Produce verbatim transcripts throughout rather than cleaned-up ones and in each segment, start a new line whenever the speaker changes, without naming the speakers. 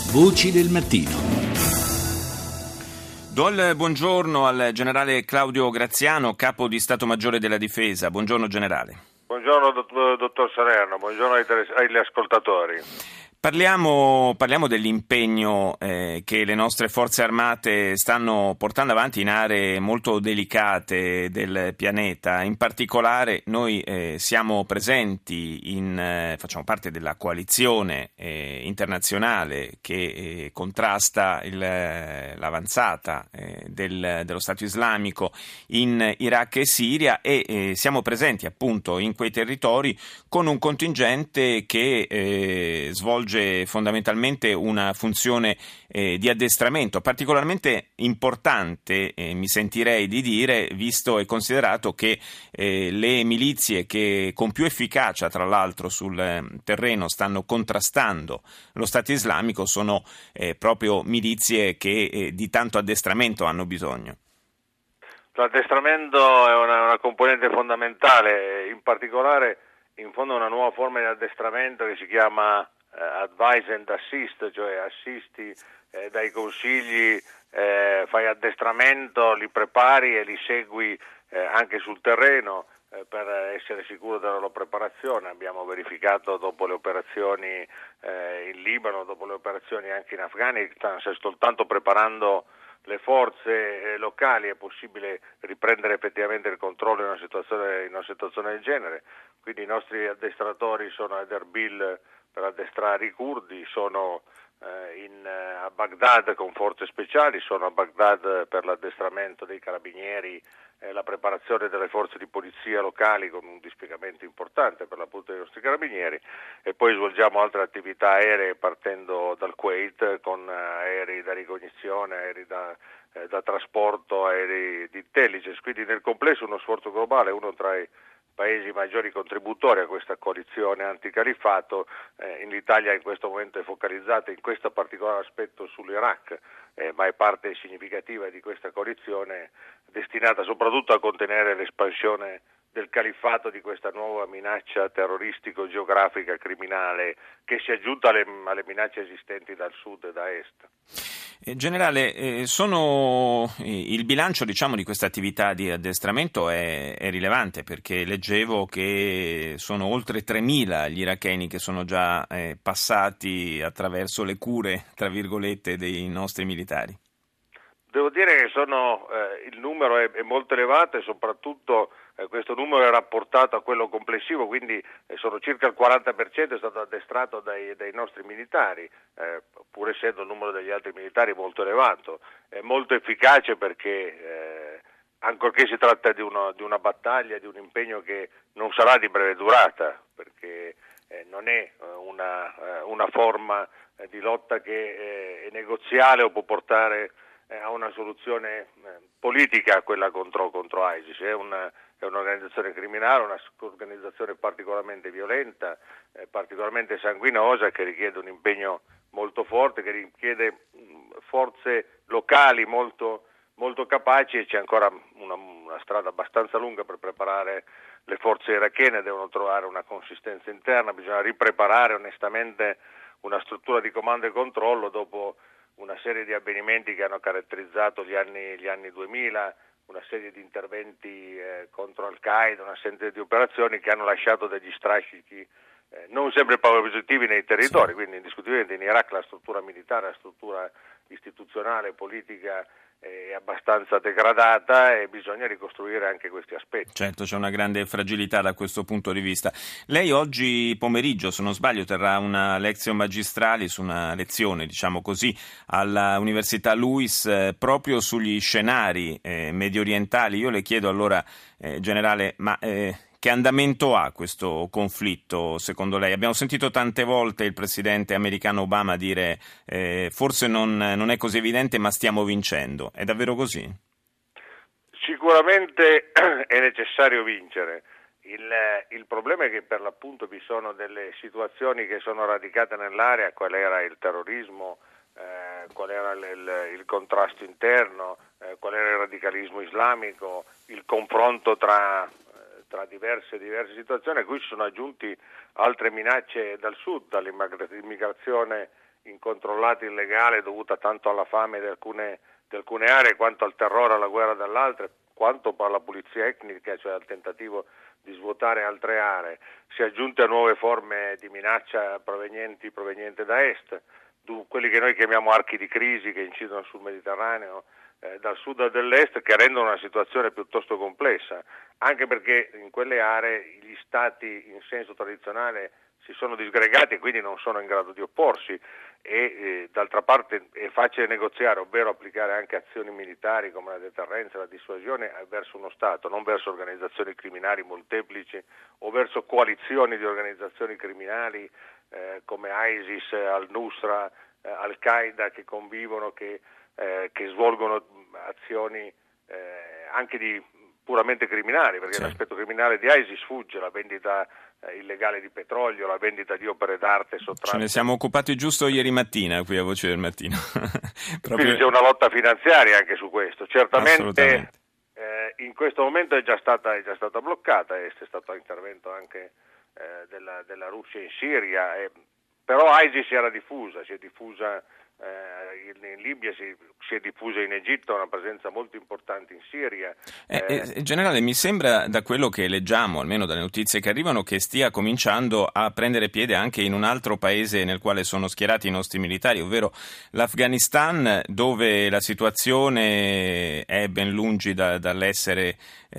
Voci del mattino.
Do il buongiorno al generale Claudio Graziano, capo di Stato Maggiore della Difesa. Buongiorno generale.
Buongiorno dottor Salerno, buongiorno ai tele- agli ascoltatori.
Parliamo, parliamo dell'impegno eh, che le nostre forze armate stanno portando avanti in aree molto delicate del pianeta. In particolare noi eh, siamo presenti, in, eh, facciamo parte della coalizione eh, internazionale che eh, contrasta il, eh, l'avanzata eh, del, dello Stato islamico in Iraq e Siria e eh, siamo presenti appunto in quei territori con un contingente che eh, svolge fondamentalmente una funzione eh, di addestramento particolarmente importante, eh, mi sentirei di dire, visto e considerato che eh, le milizie che con più efficacia tra l'altro sul eh, terreno stanno contrastando lo Stato islamico sono eh, proprio milizie che eh, di tanto addestramento hanno bisogno.
L'addestramento è una, una componente fondamentale, in particolare in fondo una nuova forma di addestramento che si chiama advise and assist, cioè assisti, eh, dai consigli, eh, fai addestramento, li prepari e li segui eh, anche sul terreno eh, per essere sicuro della loro preparazione. Abbiamo verificato dopo le operazioni eh, in Libano, dopo le operazioni anche in Afghanistan, se soltanto preparando le forze eh, locali è possibile riprendere effettivamente il controllo in una situazione, in una situazione del genere. Quindi i nostri addestratori sono ad Erbil per addestrare i curdi, sono eh, in, eh, a Baghdad con forze speciali, sono a Baghdad per l'addestramento dei carabinieri e la preparazione delle forze di polizia locali con un dispiegamento importante per l'appunto dei nostri carabinieri e poi svolgiamo altre attività aeree partendo dal Kuwait con aerei da ricognizione, aerei da, eh, da trasporto, aerei di intelligence, quindi nel complesso uno sforzo globale, uno tra i paesi maggiori contributori a questa coalizione anticalifato. Eh, l'Italia in questo momento è focalizzata in questo particolare aspetto sull'Iraq, eh, ma è parte significativa di questa coalizione destinata soprattutto a contenere l'espansione del califfato, di questa nuova minaccia terroristico-geografica criminale che si è aggiunta alle, alle minacce esistenti dal sud e da est.
Eh, generale, eh, sono, eh, il bilancio diciamo, di questa attività di addestramento è, è rilevante perché leggevo che sono oltre tremila gli iracheni che sono già eh, passati attraverso le cure, tra virgolette, dei nostri militari.
Devo dire che sono, eh, il numero è, è molto elevato e soprattutto eh, questo numero è rapportato a quello complessivo, quindi eh, sono circa il quaranta per cento è stato addestrato dai, dai nostri militari, eh, pur essendo il numero degli altri militari molto elevato. È molto efficace perché eh, ancorché si tratta di, uno, di una battaglia, di un impegno che non sarà di breve durata, perché eh, non è eh, una, eh, una forma eh, di lotta che eh, è negoziale o può portare a una soluzione eh, politica, quella contro, contro ISIS. È, una, è un'organizzazione criminale, un'organizzazione particolarmente violenta, eh, particolarmente sanguinosa, che richiede un impegno molto forte, che richiede mh, forze locali molto, molto capaci e c'è ancora una, una strada abbastanza lunga per preparare le forze irachene, devono trovare una consistenza interna, bisogna ripreparare onestamente una struttura di comando e controllo dopo una serie di avvenimenti che hanno caratterizzato gli anni, gli anni duemila, una serie di interventi eh, contro Al-Qaeda, una serie di operazioni che hanno lasciato degli strascichi eh, non sempre positivi nei territori, quindi indiscutibilmente in Iraq la struttura militare, la struttura istituzionale, politica è abbastanza degradata e bisogna ricostruire anche questi aspetti.
Certo, c'è una grande fragilità da questo punto di vista. Lei oggi pomeriggio, se non sbaglio, terrà una lezione magistrale su una lezione, diciamo così, alla Università Luis eh, proprio sugli scenari eh, medio orientali. Io le chiedo allora, eh, generale, ma eh, che andamento ha questo conflitto secondo lei? Abbiamo sentito tante volte il presidente americano Obama dire eh, forse non, non è così evidente ma stiamo vincendo. È davvero così?
Sicuramente è necessario vincere. Il, il problema è che per l'appunto vi sono delle situazioni che sono radicate nell'area, qual era il terrorismo, eh, qual era il, il, il contrasto interno, eh, qual era il radicalismo islamico, il confronto tra tra diverse, diverse situazioni, a cui si sono aggiunti altre minacce dal sud, dall'immigrazione incontrollata e illegale dovuta tanto alla fame di alcune, di alcune aree, quanto al terrore, alla guerra dall'altra, quanto alla pulizia etnica, cioè al tentativo di svuotare altre aree, si è aggiunte a nuove forme di minaccia provenienti, provenienti da est, quelli che noi chiamiamo archi di crisi che incidono sul Mediterraneo, eh, dal sud e dall'est, che rendono una situazione piuttosto complessa, anche perché in quelle aree gli stati in senso tradizionale si sono disgregati e quindi non sono in grado di opporsi e eh, d'altra parte è facile negoziare, ovvero applicare anche azioni militari come la deterrenza e la dissuasione verso uno Stato, non verso organizzazioni criminali molteplici o verso coalizioni di organizzazioni criminali eh, come ISIS, Al-Nusra, eh, Al-Qaeda che convivono, che, eh, che svolgono azioni eh, anche di puramente criminali, perché sì. L'aspetto criminale di ISIS sfugge, la vendita eh, illegale di petrolio, la vendita di opere d'arte sottratte.
Ce ne siamo occupati giusto ieri mattina qui a Voce del Mattino.
Proprio... Quindi c'è una lotta finanziaria anche su questo. Certamente eh, in questo momento è già stata, è già stata bloccata e c'è stato l'intervento anche eh, della, della Russia in Siria, eh, però ISIS si era diffusa, si è diffusa Eh, in, in Libia, si, si è diffusa in Egitto, una presenza molto importante in Siria.
Eh, eh, generale, mi sembra da quello che leggiamo, almeno dalle notizie che arrivano, che stia cominciando a prendere piede anche in un altro paese nel quale sono schierati i nostri militari, ovvero l'Afghanistan, dove la situazione è ben lungi da, dall'essere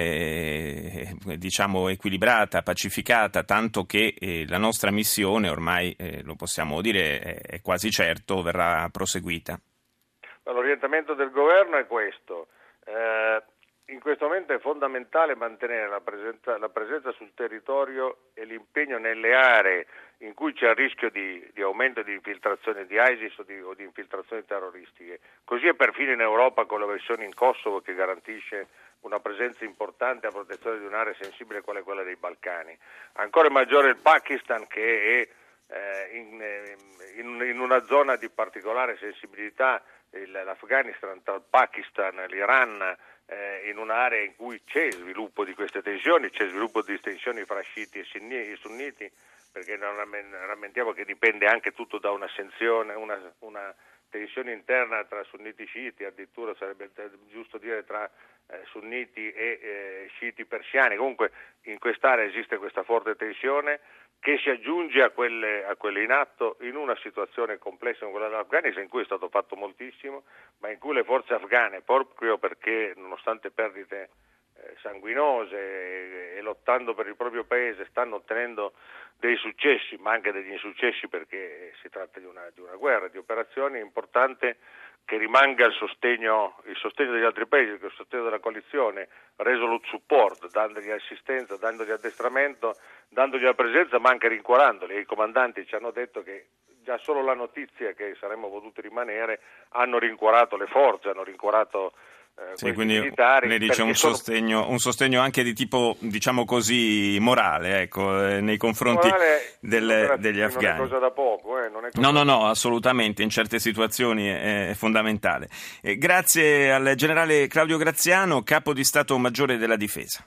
eh, diciamo equilibrata, pacificata, tanto che eh, la nostra missione ormai, eh, lo possiamo dire, è, è quasi certo, verrà proseguita.
L'orientamento del governo è questo. Eh, in questo momento è fondamentale mantenere la presenza, la presenza sul territorio e l'impegno nelle aree in cui c'è il rischio di, di aumento di infiltrazione di ISIS o di, o di infiltrazioni terroristiche. Così è perfino in Europa con la versione in Kosovo, che garantisce una presenza importante a protezione di un'area sensibile quale quella dei Balcani. Ancora maggiore il Pakistan, che è Eh, in, in, in una zona di particolare sensibilità, il, l'Afghanistan, tra il Pakistan e l'Iran, eh, in un'area in cui c'è sviluppo di queste tensioni, c'è sviluppo di tensioni fra sciiti e sunniti, perché non rammentiamo che dipende anche tutto da una sanzione, una, una tensione interna tra sunniti e sciiti, addirittura sarebbe giusto dire tra eh, sunniti e eh, sciiti persiani. Comunque in quest'area esiste questa forte tensione che si aggiunge a quelle, a quelle in atto in una situazione complessa come quella dell'Afghanistan, in cui è stato fatto moltissimo, ma in cui le forze afghane, proprio perché nonostante perdite eh, sanguinose e, e lottando per il proprio paese, stanno ottenendo dei successi, ma anche degli insuccessi, perché si tratta di una, di una guerra, di operazioni. È importante che rimanga il sostegno, il sostegno degli altri paesi, il sostegno della coalizione, resolute support, dandogli assistenza, dandogli addestramento, dandogli la presenza, ma anche rincuorandoli. I comandanti ci hanno detto che già solo la notizia che saremmo potuti rimanere hanno rincuorato le forze, hanno rincuorato eh,
sì, quindi
militari.
Lei dice un sostegno, sono... un sostegno anche di tipo, diciamo così, morale, ecco, eh, nei confronti
morale,
del, degli afghani.
Non è cosa da poco, eh, non è cosa
No, no, no, assolutamente, in certe situazioni è, è fondamentale. Eh, grazie al generale Claudio Graziano, capo di Stato Maggiore della Difesa.